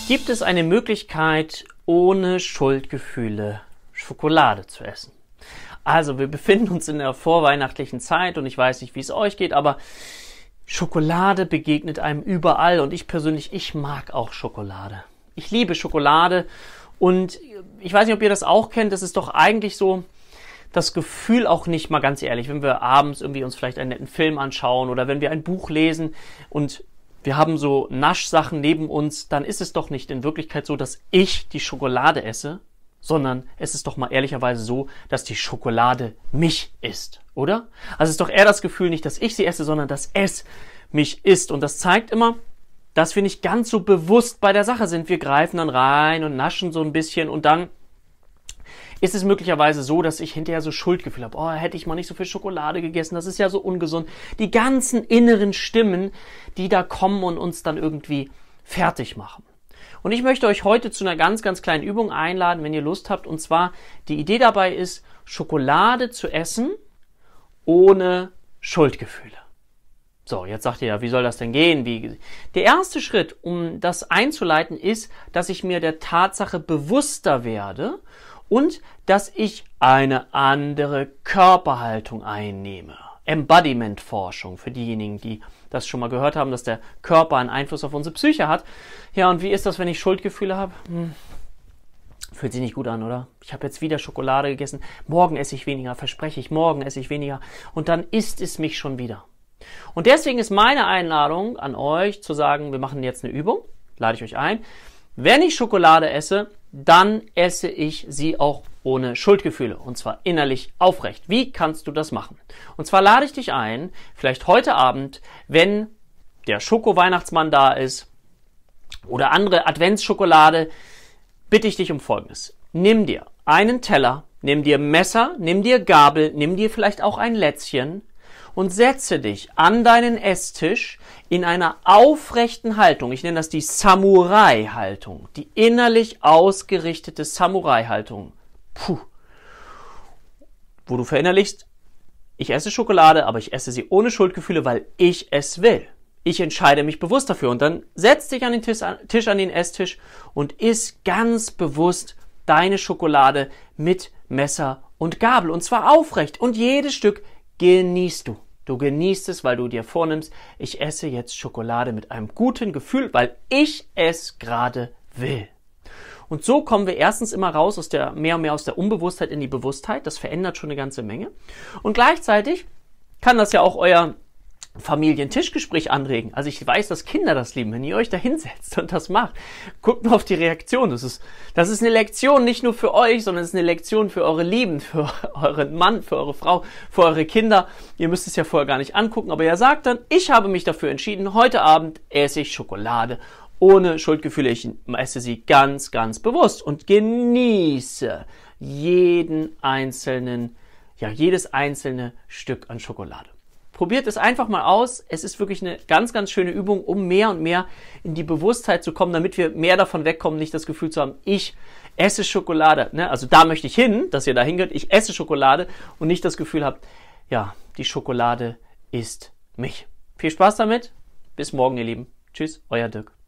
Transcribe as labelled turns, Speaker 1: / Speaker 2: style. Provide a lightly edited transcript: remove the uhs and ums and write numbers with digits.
Speaker 1: Gibt es eine Möglichkeit, ohne Schuldgefühle Schokolade zu essen? Also, wir befinden uns in der vorweihnachtlichen Zeit und ich weiß nicht, wie es euch geht, aber Schokolade begegnet einem überall und ich persönlich, ich mag auch Schokolade. Ich liebe Schokolade und ich weiß nicht, ob ihr das auch kennt, das ist doch eigentlich so das Gefühl auch nicht, mal ganz ehrlich, wenn wir abends irgendwie uns vielleicht einen netten Film anschauen oder wenn wir ein Buch lesen und wir haben so Naschsachen neben uns, dann ist es doch nicht in Wirklichkeit so, dass ich die Schokolade esse, sondern es ist doch mal ehrlicherweise so, dass die Schokolade mich isst, oder? Also es ist doch eher das Gefühl nicht, dass ich sie esse, sondern dass es mich isst. Und das zeigt immer, dass wir nicht ganz so bewusst bei der Sache sind. Wir greifen dann rein und naschen so ein bisschen und dann ist es möglicherweise so, dass ich hinterher so Schuldgefühl habe. Oh, hätte ich mal nicht so viel Schokolade gegessen, das ist ja so ungesund. Die ganzen inneren Stimmen, die da kommen und uns dann irgendwie fertig machen. Und ich möchte euch heute zu einer ganz, ganz kleinen Übung einladen, wenn ihr Lust habt. Und zwar, die Idee dabei ist, Schokolade zu essen ohne Schuldgefühle. So, jetzt sagt ihr ja, wie soll das denn gehen? Der erste Schritt, um das einzuleiten, ist, dass ich mir der Tatsache bewusster werde und dass ich eine andere Körperhaltung einnehme. Embodiment-Forschung für diejenigen, die das schon mal gehört haben, dass der Körper einen Einfluss auf unsere Psyche hat. Ja, und wie ist das, wenn ich Schuldgefühle habe? Fühlt sich nicht gut an, oder? Ich habe jetzt wieder Schokolade gegessen. Morgen esse ich weniger, verspreche ich. Morgen esse ich weniger. Und dann isst es mich schon wieder. Und deswegen ist meine Einladung an euch zu sagen, wir machen jetzt eine Übung. Lade ich euch ein. Wenn ich Schokolade esse, dann esse ich sie auch ohne Schuldgefühle und zwar innerlich aufrecht. Wie kannst du das machen? Und zwar lade ich dich ein, vielleicht heute Abend, wenn der Schoko-Weihnachtsmann da ist oder andere Adventsschokolade, bitte ich dich um Folgendes. Nimm dir einen Teller, nimm dir Messer, nimm dir Gabel, nimm dir vielleicht auch ein Lätzchen und setze dich an deinen Esstisch in einer aufrechten Haltung. Ich nenne das die Samurai-Haltung, die innerlich ausgerichtete Samurai-Haltung. Wo du verinnerlichst, ich esse Schokolade, aber ich esse sie ohne Schuldgefühle, weil ich es will. Ich entscheide mich bewusst dafür. Und dann setz dich an den Tisch, an den Esstisch und iss ganz bewusst deine Schokolade mit Messer und Gabel. Und zwar aufrecht. Und jedes Stück genießt du. Du genießt es, weil du dir vornimmst, ich esse jetzt Schokolade mit einem guten Gefühl, weil ich es gerade will. Und so kommen wir erstens immer raus mehr und mehr aus der Unbewusstheit in die Bewusstheit. Das verändert schon eine ganze Menge. Und gleichzeitig kann das ja auch euer Familientischgespräch anregen. Also ich weiß, dass Kinder das lieben, wenn ihr euch da hinsetzt und das macht. Guckt mal auf die Reaktion. Das ist eine Lektion nicht nur für euch, sondern es ist eine Lektion für eure Lieben, für euren Mann, für eure Frau, für eure Kinder. Ihr müsst es ja vorher gar nicht angucken, aber ihr sagt dann, ich habe mich dafür entschieden, heute Abend esse ich Schokolade ohne Schuldgefühle. Ich esse sie ganz, ganz bewusst und genieße jedes einzelne Stück an Schokolade. Probiert es einfach mal aus. Es ist wirklich eine ganz, ganz schöne Übung, um mehr und mehr in die Bewusstheit zu kommen, damit wir mehr davon wegkommen, nicht das Gefühl zu haben, ich esse Schokolade. Ne? Also da möchte ich hin, dass ihr da hingehört, ich esse Schokolade und nicht das Gefühl habt, ja, die Schokolade isst mich. Viel Spaß damit. Bis morgen, ihr Lieben. Tschüss, euer Dirk.